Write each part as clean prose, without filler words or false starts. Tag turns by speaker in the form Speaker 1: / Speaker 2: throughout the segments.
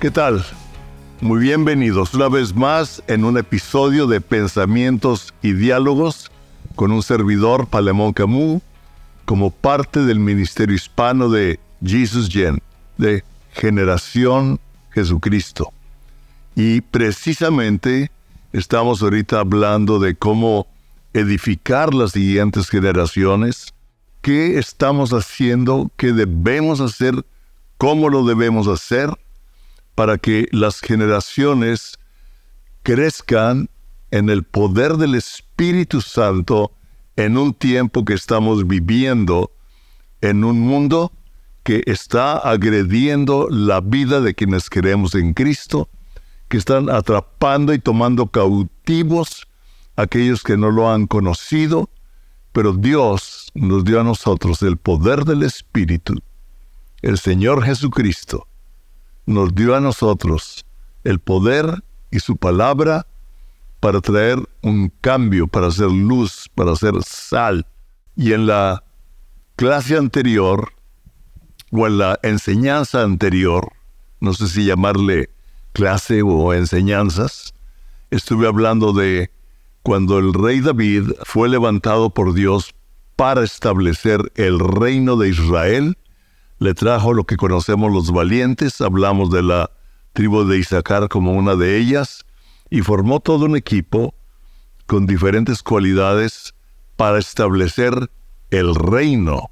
Speaker 1: ¿Qué tal? Muy bienvenidos una vez más en un episodio de Pensamientos y Diálogos con un servidor, Palemón Camus, como parte del Ministerio Hispano de Jesus Gen, de Generación Jesucristo. Y precisamente estamos ahorita hablando de cómo edificar las siguientes generaciones, qué estamos haciendo, qué debemos hacer, cómo lo debemos hacer, para que las generaciones crezcan en el poder del Espíritu Santo en un tiempo que estamos viviendo, en un mundo que está agrediendo la vida de quienes creemos en Cristo, que están atrapando y tomando cautivos a aquellos que no lo han conocido, pero Dios nos dio a nosotros el poder del Espíritu. El Señor Jesucristo nos dio a nosotros el poder y su palabra para traer un cambio, para hacer luz, para hacer sal. Y en la clase anterior, o en la enseñanza anterior, no sé si llamarle clase o enseñanzas, estuve hablando de cuando el rey David fue levantado por Dios para establecer el reino de Israel. Le trajo lo que conocemos los valientes, hablamos de la tribu de Isaacar como una de ellas, y formó todo un equipo con diferentes cualidades para establecer el reino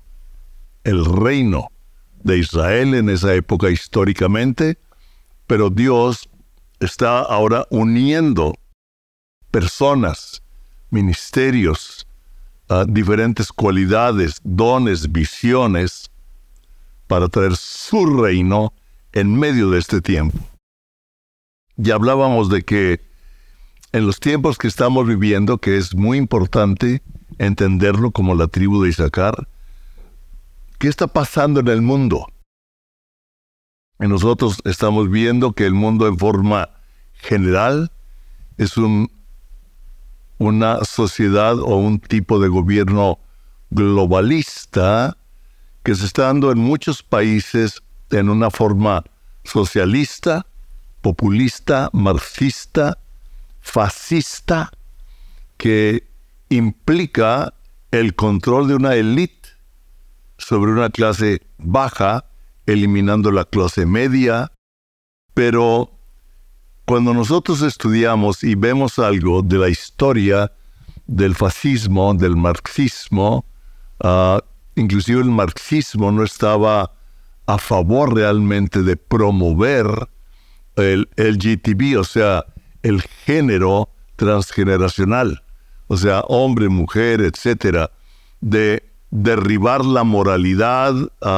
Speaker 1: de Israel en esa época históricamente, pero Dios está ahora uniendo personas, ministerios, diferentes cualidades, dones, visiones, para traer su reino en medio de este tiempo. Ya hablábamos de que en los tiempos que estamos viviendo, que es muy importante entenderlo como la tribu de Isaacar, ¿qué está pasando en el mundo? Y nosotros estamos viendo que el mundo en forma general es una sociedad o un tipo de gobierno globalista que se está dando en muchos países en una forma socialista, populista, marxista, fascista, que implica el control de una élite sobre una clase baja, eliminando la clase media. Pero cuando nosotros estudiamos y vemos algo de la historia del fascismo, del marxismo, inclusive el marxismo no estaba a favor realmente de promover el LGTB, o sea, el género transgeneracional, o sea, hombre, mujer, etcétera, de derribar la moralidad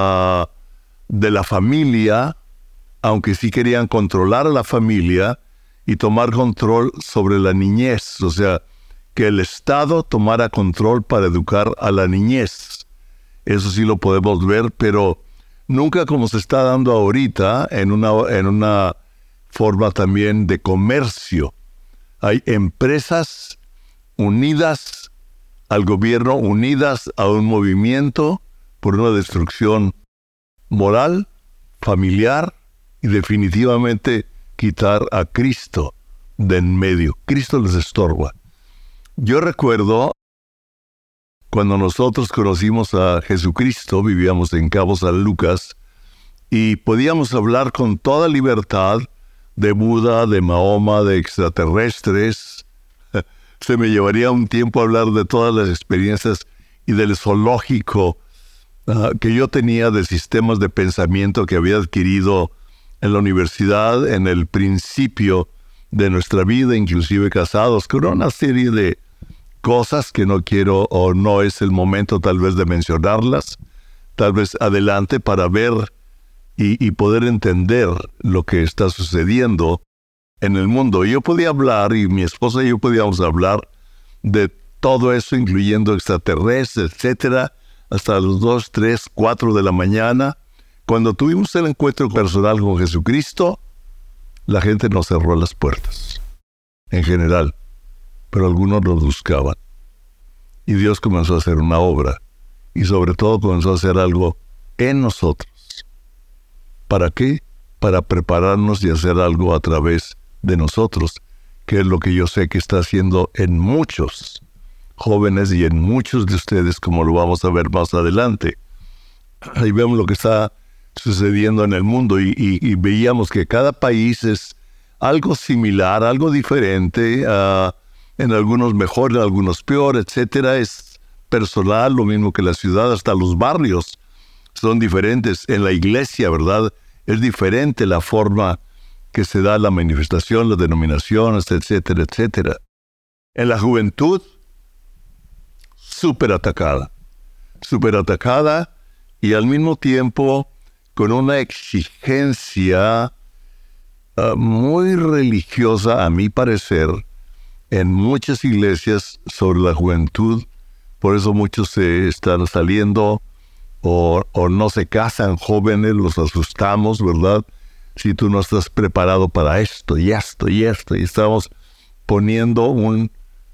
Speaker 1: de la familia, aunque sí querían controlar a la familia y tomar control sobre la niñez, o sea, que el Estado tomara control para educar a la niñez. Eso sí lo podemos ver, pero nunca como se está dando ahorita en una forma también de comercio. Hay empresas unidas al gobierno, unidas a un movimiento por una destrucción moral, familiar y definitivamente quitar a Cristo de en medio. Cristo les estorba. Yo recuerdo cuando nosotros conocimos a Jesucristo, vivíamos en Cabo San Lucas, y podíamos hablar con toda libertad de Buda, de Mahoma, de extraterrestres. Se me llevaría un tiempo hablar de todas las experiencias y del zoológico que yo tenía, de sistemas de pensamiento que había adquirido en la universidad, en el principio de nuestra vida, inclusive casados, con una serie de cosas que no quiero o no es el momento tal vez de mencionarlas, tal vez adelante para ver y poder entender lo que está sucediendo en el mundo. Yo podía hablar, y mi esposa y yo podíamos hablar de todo eso, incluyendo extraterrestres, etcétera, hasta las 2, 3, 4 de la mañana. Cuando tuvimos el encuentro personal con Jesucristo, la gente nos cerró las puertas, en general, pero algunos nos buscaban. Y Dios comenzó a hacer una obra, y sobre todo comenzó a hacer algo en nosotros. ¿Para qué? para prepararnos y hacer algo a través de nosotros, que es lo que yo sé que está haciendo en muchos jóvenes y en muchos de ustedes, como lo vamos a ver más adelante. Ahí vemos lo que está sucediendo en el mundo y veíamos que cada país es algo similar, algo diferente, en algunos mejor, en algunos peor, etcétera. Es personal, lo mismo que la ciudad, hasta los barrios son diferentes. En la iglesia, ¿verdad? Es diferente la forma que se da la manifestación, las denominaciones, etcétera, etcétera. En la juventud, súper atacada y al mismo tiempo con una exigencia muy religiosa, a mi parecer, en muchas iglesias sobre la juventud. Por eso muchos se están saliendo o no se casan jóvenes, los asustamos, ¿verdad? Si tú no estás preparado para esto y esto y esto. Y estamos poniendo un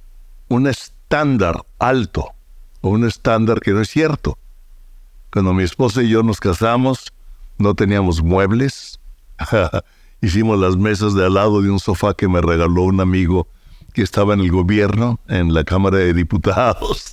Speaker 1: estándar alto, o un estándar que no es cierto. Cuando mi esposa y yo nos casamos, no teníamos muebles. Hicimos las mesas de al lado de un sofá que me regaló un amigo que estaba en el gobierno, en la Cámara de Diputados.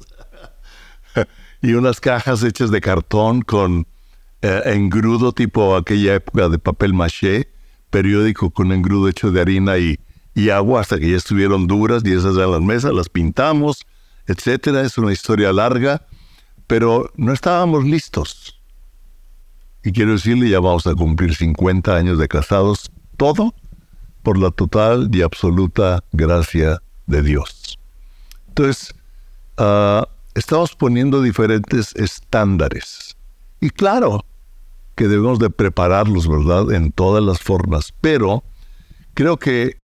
Speaker 1: Y unas cajas hechas de cartón con engrudo, tipo aquella época de papel maché, periódico con engrudo hecho de harina y agua, hasta que ya estuvieron duras, y esas eran las mesas, las pintamos, etcétera. Es una historia larga, pero no estábamos listos. Y quiero decirle, ya vamos a cumplir 50 años de casados, todo por la total y absoluta gracia de Dios. Entonces, estamos poniendo diferentes estándares. Y claro que debemos de prepararlos, ¿verdad?, en todas las formas. Pero creo que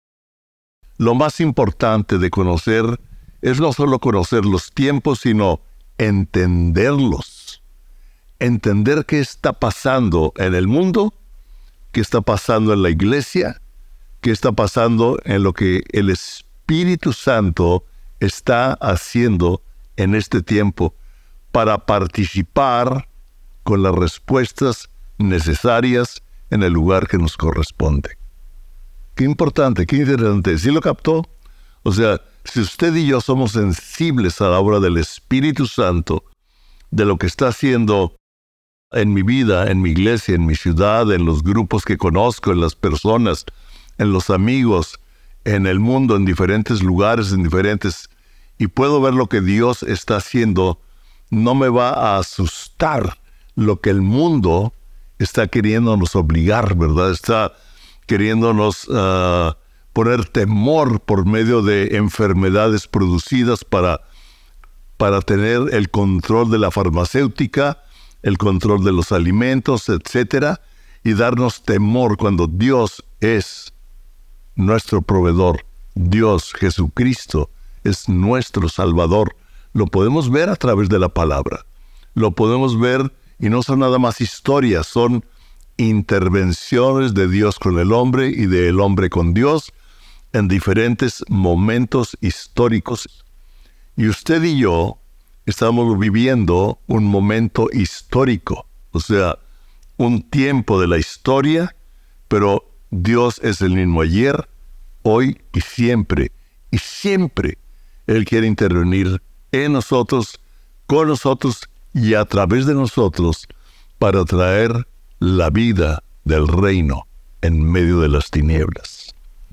Speaker 1: lo más importante de conocer es no solo conocer los tiempos, sino entenderlos. Entender qué está pasando en el mundo, qué está pasando en la iglesia, qué está pasando en lo que el Espíritu Santo está haciendo en este tiempo para participar con las respuestas necesarias en el lugar que nos corresponde. Qué importante, qué interesante. ¿Sí lo captó? O sea, si usted y yo somos sensibles a la obra del Espíritu Santo, de lo que está haciendo en mi vida, en mi iglesia, en mi ciudad, en los grupos que conozco, en las personas, en los amigos, en el mundo, en diferentes lugares, y puedo ver lo que Dios está haciendo, no me va a asustar lo que el mundo está queriéndonos obligar, ¿verdad? Está queriéndonos poner temor por medio de enfermedades producidas para tener el control de la farmacéutica, el control de los alimentos, etcétera, y darnos temor cuando Dios es nuestro proveedor. Dios, Jesucristo, es nuestro Salvador. Lo podemos ver a través de la palabra. Lo podemos ver, y no son nada más historias, son intervenciones de Dios con el hombre y del hombre con Dios en diferentes momentos históricos. Y usted y yo estamos viviendo un momento histórico, o sea, un tiempo de la historia, pero Dios es el mismo ayer, hoy y siempre. Y siempre Él quiere intervenir en nosotros, con nosotros y a través de nosotros para traer la vida del reino en medio de las tinieblas.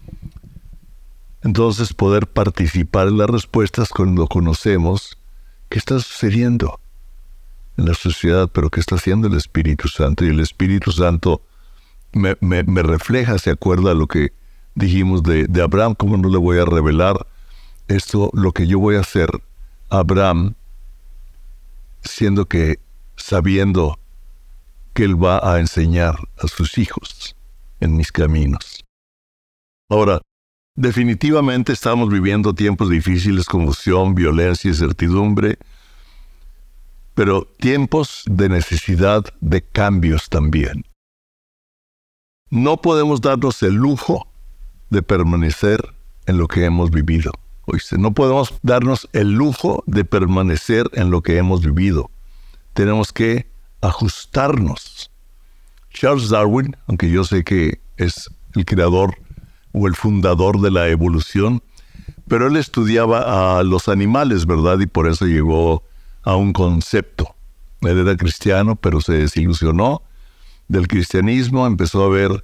Speaker 1: Entonces, poder participar en las respuestas cuando conocemos qué está sucediendo en la sociedad, pero qué está haciendo el Espíritu Santo. Y el Espíritu Santo me refleja, se acuerda lo que dijimos de Abraham. ¿Cómo no le voy a revelar esto, lo que yo voy a hacer a Abraham, sabiendo que Él va a enseñar a sus hijos en mis caminos? Ahora, definitivamente estamos viviendo tiempos difíciles, confusión, violencia, incertidumbre, pero tiempos de necesidad de cambios también. No podemos darnos el lujo de permanecer en lo que hemos vivido. ¿Oíste? No podemos darnos el lujo de permanecer en lo que hemos vivido. Tenemos que ajustarnos. Charles Darwin, aunque yo sé que es el creador o el fundador de la evolución, pero él estudiaba a los animales, ¿verdad? Y por eso llegó a un concepto. Él era cristiano, pero se desilusionó del cristianismo, empezó a ver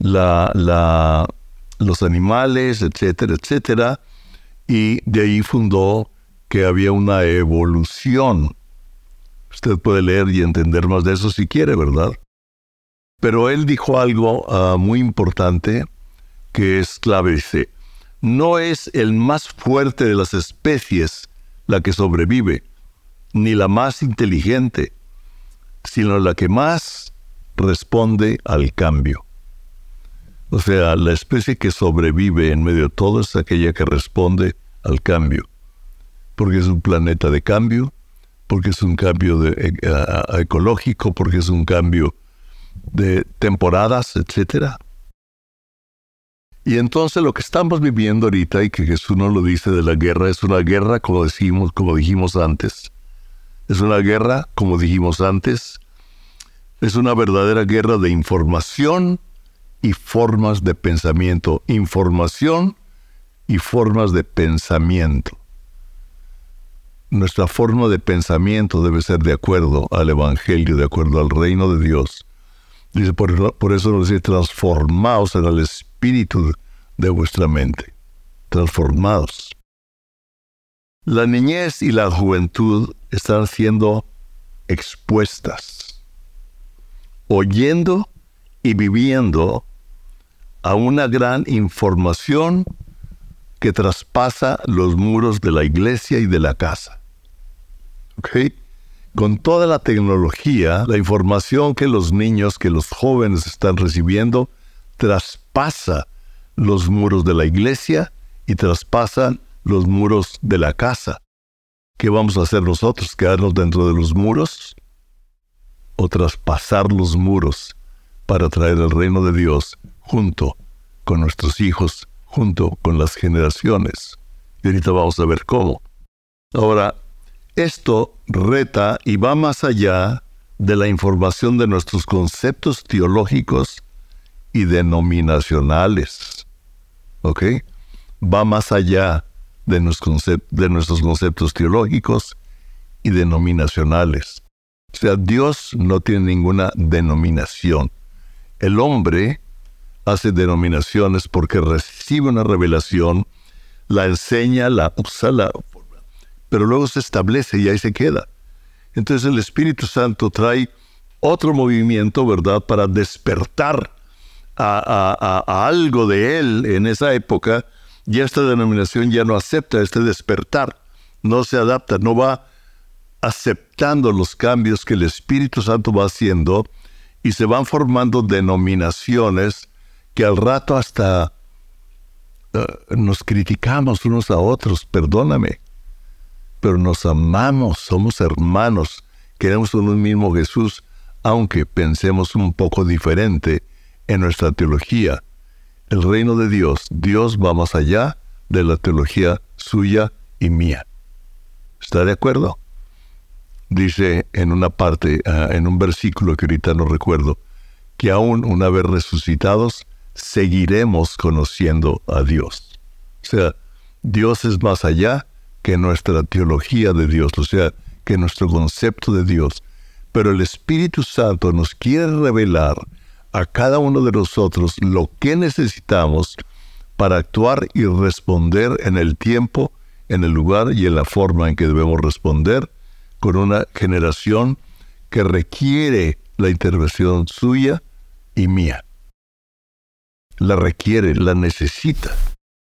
Speaker 1: los animales, etcétera, etcétera, y de ahí fundó que había una evolución. Usted puede leer y entender más de eso si quiere, ¿verdad? Pero él dijo algo muy importante que es clave. Dice, no es el más fuerte de las especies la que sobrevive, ni la más inteligente, sino la que más responde al cambio. O sea, la especie que sobrevive en medio de todo es aquella que responde al cambio. Porque es un planeta de cambio, porque es un cambio ecológico, porque es un cambio de temporadas, etc. Y entonces lo que estamos viviendo ahorita, y que Jesús nos lo dice de la guerra, es una guerra, como dijimos antes. Es una guerra, como dijimos antes, es una verdadera guerra de información y formas de pensamiento. Información y formas de pensamiento. Nuestra forma de pensamiento debe ser de acuerdo al Evangelio, de acuerdo al reino de Dios. Dice, por eso nos dice, transformaos en el espíritu de vuestra mente. Transformados. La niñez y la juventud están siendo expuestas, oyendo y viviendo a una gran información que traspasa los muros de la iglesia y de la casa. ¿Ok? Con toda la tecnología, la información que los niños, que los jóvenes están recibiendo, traspasa los muros de la iglesia y traspasa los muros de la casa. ¿Qué vamos a hacer nosotros? ¿Quedarnos dentro de los muros? ¿O traspasar los muros para traer el reino de Dios junto con nuestros hijos, junto con las generaciones? Y ahorita vamos a ver cómo. Ahora, esto reta y va más allá de la información de nuestros conceptos teológicos y denominacionales. ¿Ok? Va más allá de nuestros conceptos teológicos y denominacionales. O sea, Dios no tiene ninguna denominación. El hombre hace denominaciones porque recibe una revelación, la enseña, la usa, pero luego se establece y ahí se queda. Entonces el Espíritu Santo trae otro movimiento, ¿verdad?, para despertar a algo de Él en esa época, y esta denominación ya no acepta este despertar, no se adapta, no va aceptando los cambios que el Espíritu Santo va haciendo, y se van formando denominaciones que al rato hasta nos criticamos unos a otros, perdóname, pero nos amamos, somos hermanos, queremos un mismo Jesús, aunque pensemos un poco diferente en nuestra teología. El reino de Dios, Dios va más allá de la teología suya y mía. ¿Está de acuerdo? Dice en una parte, en un versículo que ahorita no recuerdo, que aún una vez resucitados, seguiremos conociendo a Dios. O sea, Dios es más allá que nuestra teología de Dios, o sea, que nuestro concepto de Dios. Pero el Espíritu Santo nos quiere revelar a cada uno de nosotros lo que necesitamos para actuar y responder en el tiempo, en el lugar y en la forma en que debemos responder con una generación que requiere la intervención suya y mía. La requiere, la necesita.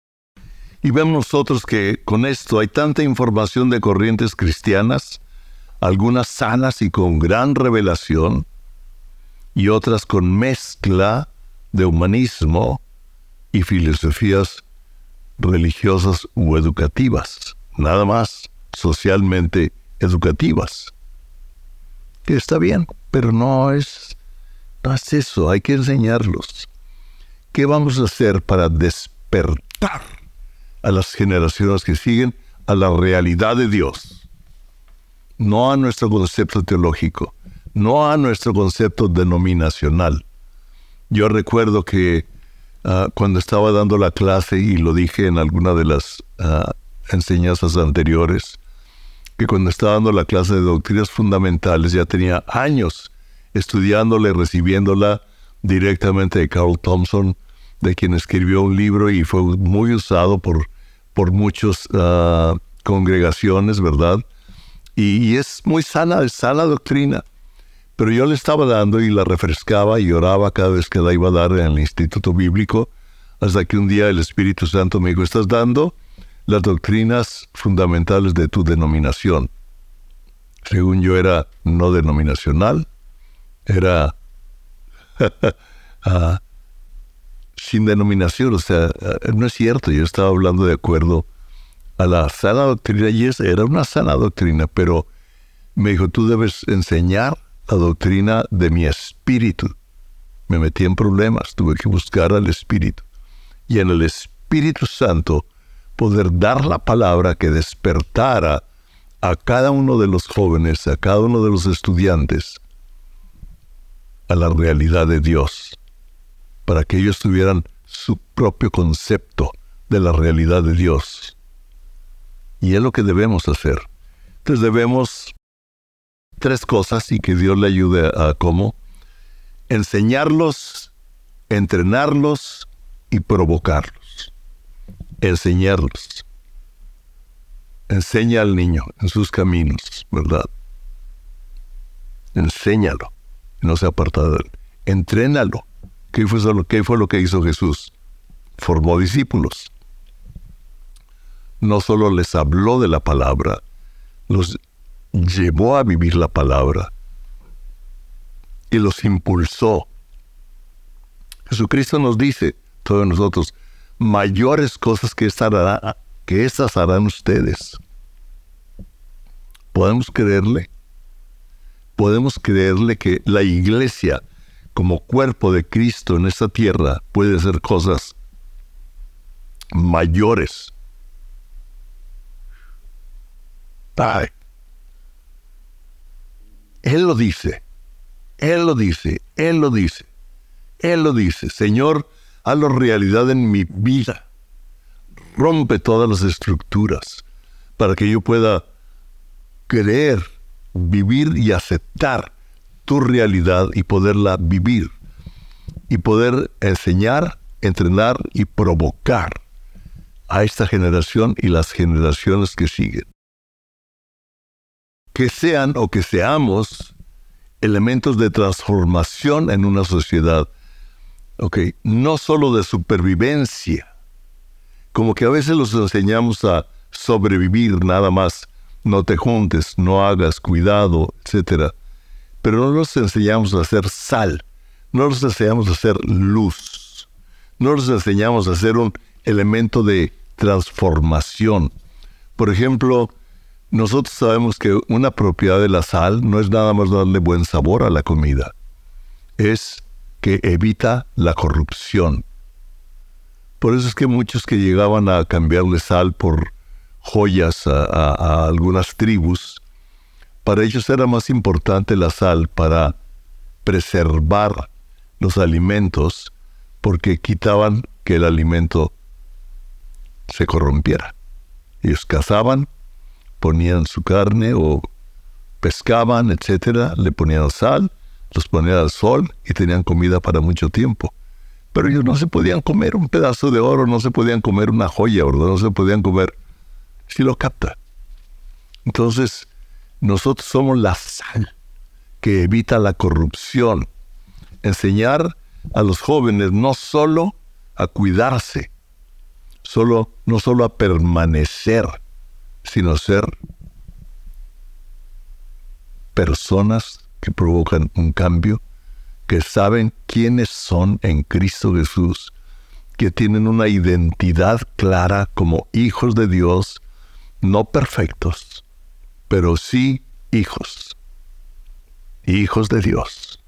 Speaker 1: Y vemos nosotros que con esto hay tanta información de corrientes cristianas, algunas sanas y con gran revelación, y otras con mezcla de humanismo y filosofías religiosas u educativas, nada más socialmente educativas. Que está bien, pero no es eso, hay que enseñarlos. ¿Qué vamos a hacer para despertar a las generaciones que siguen a la realidad de Dios? No a nuestro concepto teológico, no a nuestro concepto denominacional, Yo recuerdo que cuando estaba dando la clase, y lo dije en alguna de las enseñanzas anteriores, que cuando estaba dando la clase de doctrinas fundamentales ya tenía años estudiándola y recibiéndola directamente de Carl Thompson, de quien escribió un libro y fue muy usado por muchas congregaciones, ¿verdad? Y es muy sana, es sana doctrina. Pero yo le estaba dando y la refrescaba y oraba cada vez que la iba a dar en el Instituto Bíblico, hasta que un día el Espíritu Santo me dijo, estás dando las doctrinas fundamentales de tu denominación. Según yo era no denominacional, era sin denominación, o sea, no es cierto, yo estaba hablando de acuerdo a la sana doctrina, y esa era una sana doctrina, pero me dijo, tú debes enseñar la doctrina de mi espíritu. Me metí en problemas, tuve que buscar al Espíritu. Y en el Espíritu Santo poder dar la palabra que despertara a cada uno de los jóvenes, a cada uno de los estudiantes, a la realidad de Dios, para que ellos tuvieran su propio concepto de la realidad de Dios. Y es lo que debemos hacer. Entonces debemos tres cosas, y que Dios le ayude a cómo: enseñarlos, entrenarlos y provocarlos. Enseñarlos. Enseña al niño en sus caminos, ¿verdad? Enséñalo, no se aparta de él. Entrénalo. ¿Qué fue lo que hizo Jesús? Formó discípulos. No solo les habló de la palabra, los llevó a vivir la palabra y los impulsó. Jesucristo nos dice, todos nosotros, mayores cosas que estas harán ustedes. ¿Podemos creerle? ¿Podemos creerle que la iglesia, como cuerpo de Cristo en esta tierra, puede hacer cosas mayores? Ay. Él lo dice, Él lo dice, Él lo dice, Él lo dice. Señor, hazlo realidad en mi vida. Rompe todas las estructuras para que yo pueda creer, vivir y aceptar tu realidad y poderla vivir. Y poder enseñar, entrenar y provocar a esta generación y las generaciones que siguen. Que sean o que seamos elementos de transformación en una sociedad. No solo de supervivencia. Como que a veces los enseñamos a sobrevivir nada más. No te juntes, no hagas, cuidado, etc. Pero no los enseñamos a hacer sal. No los enseñamos a hacer luz. No los enseñamos a ser un elemento de transformación. Por ejemplo, nosotros sabemos que una propiedad de la sal no es nada más darle buen sabor a la comida. Es que evita la corrupción. Por eso es que muchos que llegaban a cambiarle sal por joyas a algunas tribus, para ellos era más importante la sal para preservar los alimentos, porque quitaban que el alimento se corrompiera. Ellos cazaban, ponían su carne o pescaban, etcétera, le ponían sal, los ponían al sol y tenían comida para mucho tiempo. Pero ellos no se podían comer un pedazo de oro, no se podían comer una joya, ¿verdad? No se podían comer. Si lo capta. Entonces, nosotros somos la sal que evita la corrupción. Enseñar a los jóvenes no solo a cuidarse, no solo a permanecer, sino ser personas que provocan un cambio, que saben quiénes son en Cristo Jesús, que tienen una identidad clara como hijos de Dios, no perfectos, pero sí hijos de Dios,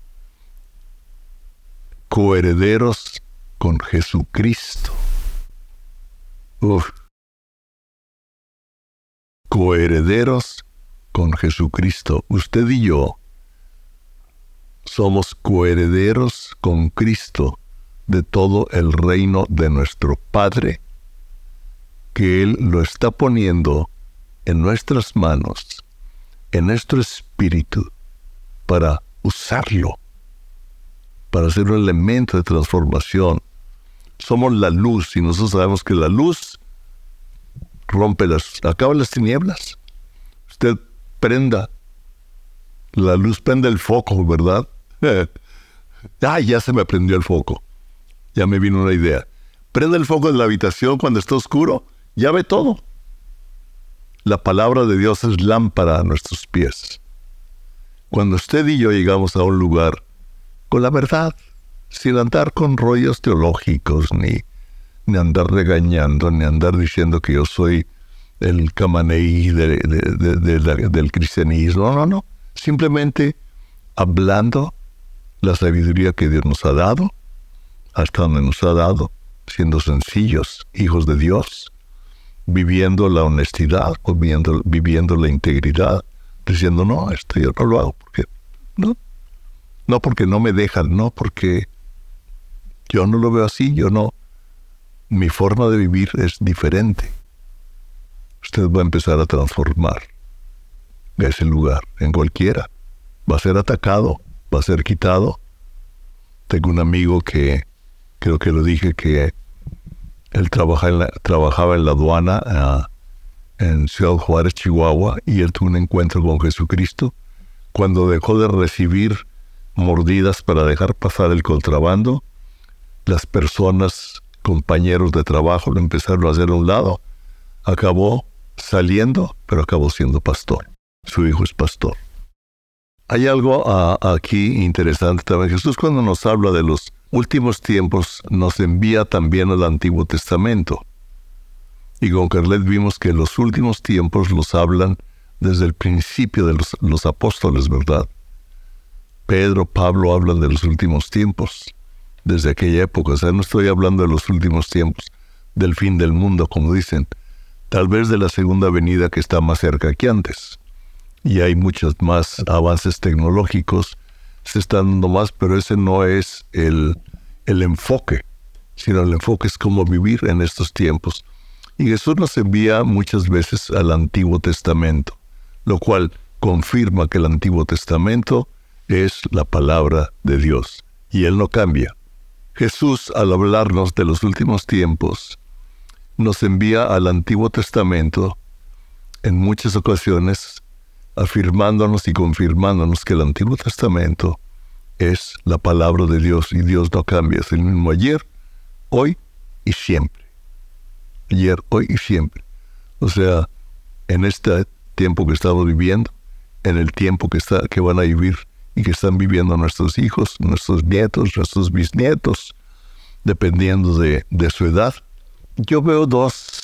Speaker 1: coherederos con Jesucristo. Coherederos con Jesucristo. Usted y yo somos coherederos con Cristo de todo el reino de nuestro Padre, que Él lo está poniendo en nuestras manos, en nuestro espíritu, para usarlo, para ser un elemento de transformación. Somos la luz y nosotros sabemos que la luz acaba las tinieblas. Usted prenda la luz, prende el foco, ¿verdad? Ya se me prendió el foco. Ya me vino una idea. Prende el foco de la habitación cuando está oscuro, ya ve todo. La palabra de Dios es lámpara a nuestros pies. Cuando usted y yo llegamos a un lugar con la verdad, sin andar con rollos teológicos, ni andar regañando, ni andar diciendo que yo soy el camaneí del cristianismo. No. Simplemente hablando la sabiduría que Dios nos ha dado, hasta donde nos ha dado, siendo sencillos, hijos de Dios, viviendo la honestidad, viviendo la integridad, diciendo, no, esto yo no lo hago, porque no porque no me dejan, no porque yo no lo veo así, mi forma de vivir es diferente. Usted va a empezar a transformar ese lugar, en cualquiera. Va a ser atacado, va a ser quitado. Tengo un amigo que, creo que lo dije, que él trabajaba en la aduana en Ciudad Juárez, Chihuahua, y él tuvo un encuentro con Jesucristo. Cuando dejó de recibir mordidas para dejar pasar el contrabando, las personas, compañeros de trabajo, lo empezaron a hacer a un lado. Acabó saliendo, pero acabó siendo pastor. Su hijo es pastor. Hay algo aquí interesante también. Jesús, cuando nos habla de los últimos tiempos, nos envía también al Antiguo Testamento. Y con Carlet vimos que los últimos tiempos los hablan desde el principio de los apóstoles, ¿verdad? Pedro, Pablo hablan de los últimos tiempos, desde aquella época. O sea, no estoy hablando de los últimos tiempos, del fin del mundo, como dicen. Tal vez de la segunda venida que está más cerca que antes. Y hay muchos más avances tecnológicos, se están dando más, pero ese no es el enfoque, sino el enfoque es cómo vivir en estos tiempos. Y Jesús nos envía muchas veces al Antiguo Testamento, lo cual confirma que el Antiguo Testamento es la palabra de Dios, y Él no cambia. Jesús, al hablarnos de los últimos tiempos, nos envía al Antiguo Testamento en muchas ocasiones, afirmándonos y confirmándonos que el Antiguo Testamento es la palabra de Dios, y Dios no cambia, es el mismo ayer, hoy y siempre. Ayer, hoy y siempre. O sea, en este tiempo que estamos viviendo, en el tiempo que van a vivir y que están viviendo nuestros hijos, nuestros nietos, nuestros bisnietos, dependiendo de su edad. Yo veo dos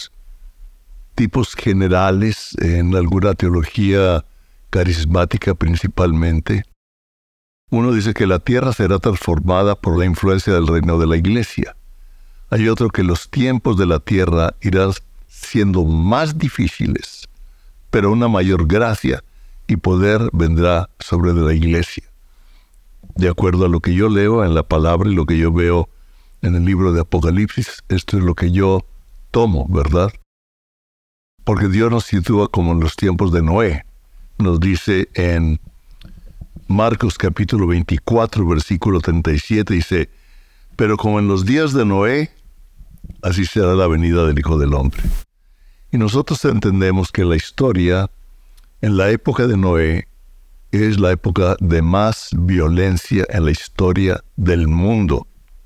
Speaker 1: tipos generales en alguna teología carismática principalmente. Uno dice que la tierra será transformada por la influencia del reino de la iglesia. Hay otro que los tiempos de la tierra irán siendo más difíciles, pero una mayor gracia y poder vendrá sobre la iglesia. De acuerdo a lo que yo leo en la palabra y lo que yo veo en el libro de Apocalipsis, esto es lo que yo tomo, ¿verdad? Porque Dios nos sitúa como en los tiempos de Noé. Nos dice en Marcos capítulo 24, versículo 37, dice, pero como en los días de Noé, así será la venida del Hijo del Hombre. Y nosotros entendemos que la historia, en la época de Noé, es la época de más violencia en la historia del mundo.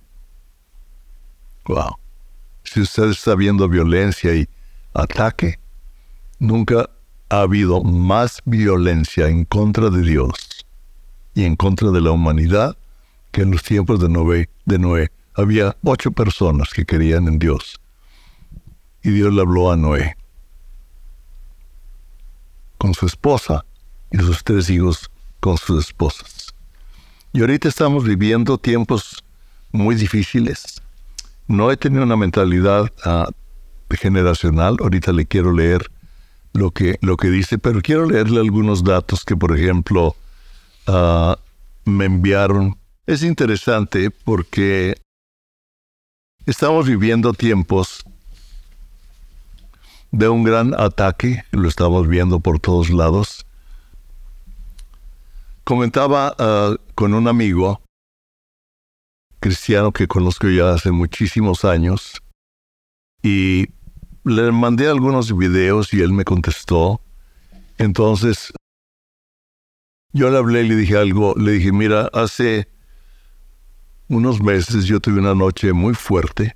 Speaker 1: Wow. Si usted está viendo violencia y ataque, nunca ha habido más violencia en contra de Dios y en contra de la humanidad que en los tiempos de Noé. Había 8 personas que creían en Dios. Y Dios le habló a Noé con su esposa y sus 3 hijos con sus esposas. Y ahorita estamos viviendo tiempos muy difíciles. No he tenido una mentalidad generacional. Ahorita le quiero leer lo que dice, pero quiero leerle algunos datos que, por ejemplo, me enviaron. Es interesante porque estamos viviendo tiempos de un gran ataque, lo estamos viendo por todos lados. Comentaba con un amigo cristiano que conozco ya hace muchísimos años y le mandé algunos videos y él me contestó. Entonces yo le hablé y le dije algo, le dije, mira, hace unos meses yo tuve una noche muy fuerte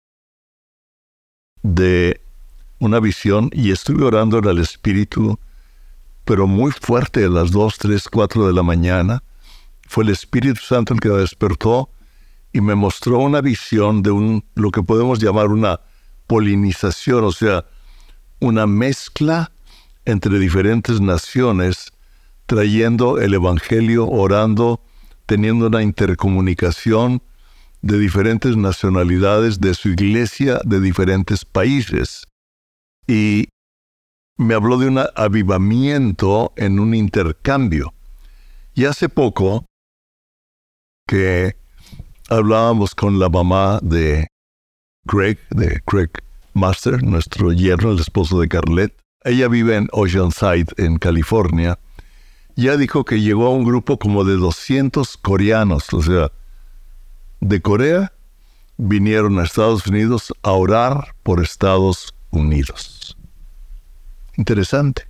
Speaker 1: de una visión y estuve orando en el Espíritu, pero muy fuerte a las 2, 3, 4 de la mañana. Fue el Espíritu Santo el que me despertó y me mostró una visión de lo que podemos llamar una polinización, o sea, una mezcla entre diferentes naciones, trayendo el Evangelio, orando, teniendo una intercomunicación de diferentes nacionalidades, de su iglesia, de diferentes países. Y me habló de un avivamiento en un intercambio. Y hace poco que hablábamos con la mamá de Craig Master, nuestro yerno, el esposo de Carlet. Ella vive en Oceanside, en California. Ya dijo que llegó a un grupo como de 200 coreanos, o sea, de Corea vinieron a Estados Unidos a orar por Estados Unidos. Interesante.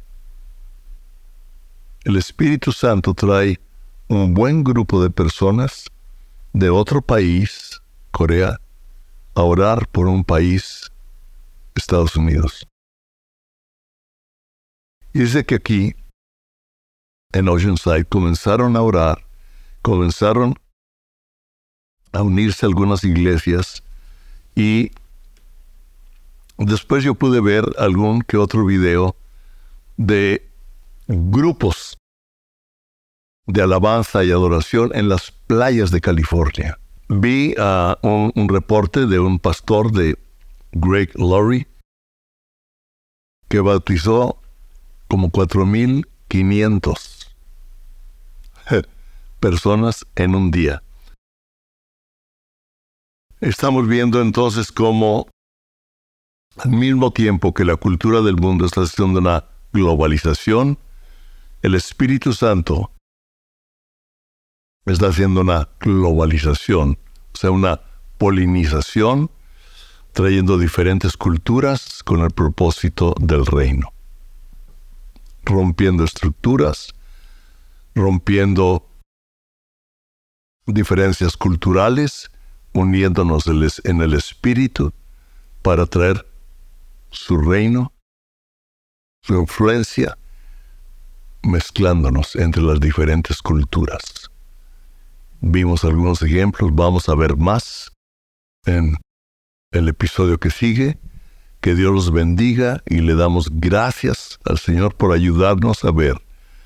Speaker 1: El Espíritu Santo trae un buen grupo de personas de otro país, Corea, a orar por un país, Estados Unidos. Y dice que aquí, en Oceanside, comenzaron a orar, comenzaron a unirse a algunas iglesias y después yo pude ver algún que otro video de grupos de alabanza y adoración en las playas de California. Vi un reporte de un pastor de Greg Laurie que bautizó como 4,500 personas en un día. Estamos viendo entonces cómo al mismo tiempo que la cultura del mundo está haciendo una globalización, el Espíritu Santo está haciendo una globalización, o sea, una polinización, trayendo diferentes culturas con el propósito del reino. Rompiendo estructuras, rompiendo diferencias culturales, uniéndonos en el Espíritu para traer su reino, su influencia, mezclándonos entre las diferentes culturas. Vimos algunos ejemplos, vamos a ver más en el episodio que sigue. Que Dios los bendiga y le damos gracias al Señor por ayudarnos a ver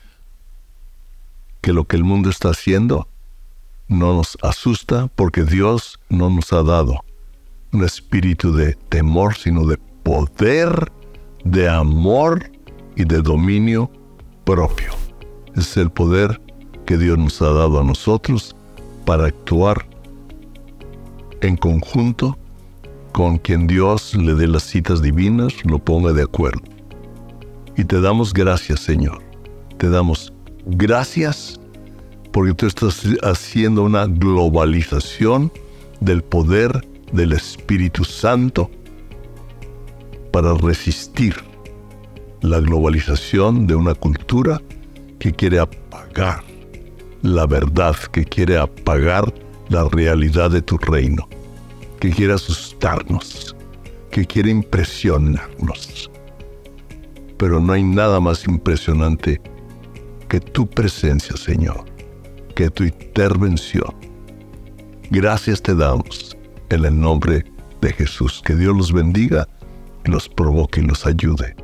Speaker 1: que lo que el mundo está haciendo no nos asusta, porque Dios no nos ha dado un espíritu de temor, sino de poder, de amor y de dominio propio. Es el poder que Dios nos ha dado a nosotros para actuar en conjunto con quien Dios le dé las citas divinas, lo ponga de acuerdo. Y te damos gracias, Señor. Te damos gracias porque tú estás haciendo una globalización del poder del Espíritu Santo para resistir la globalización de una cultura que quiere apagar la verdad, que quiere apagar la realidad de tu reino, que quiere asustarnos, que quiere impresionarnos. Pero no hay nada más impresionante que tu presencia, Señor, que tu intervención. Gracias te damos en el nombre de Jesús. Que Dios los bendiga, los provoque y los ayude.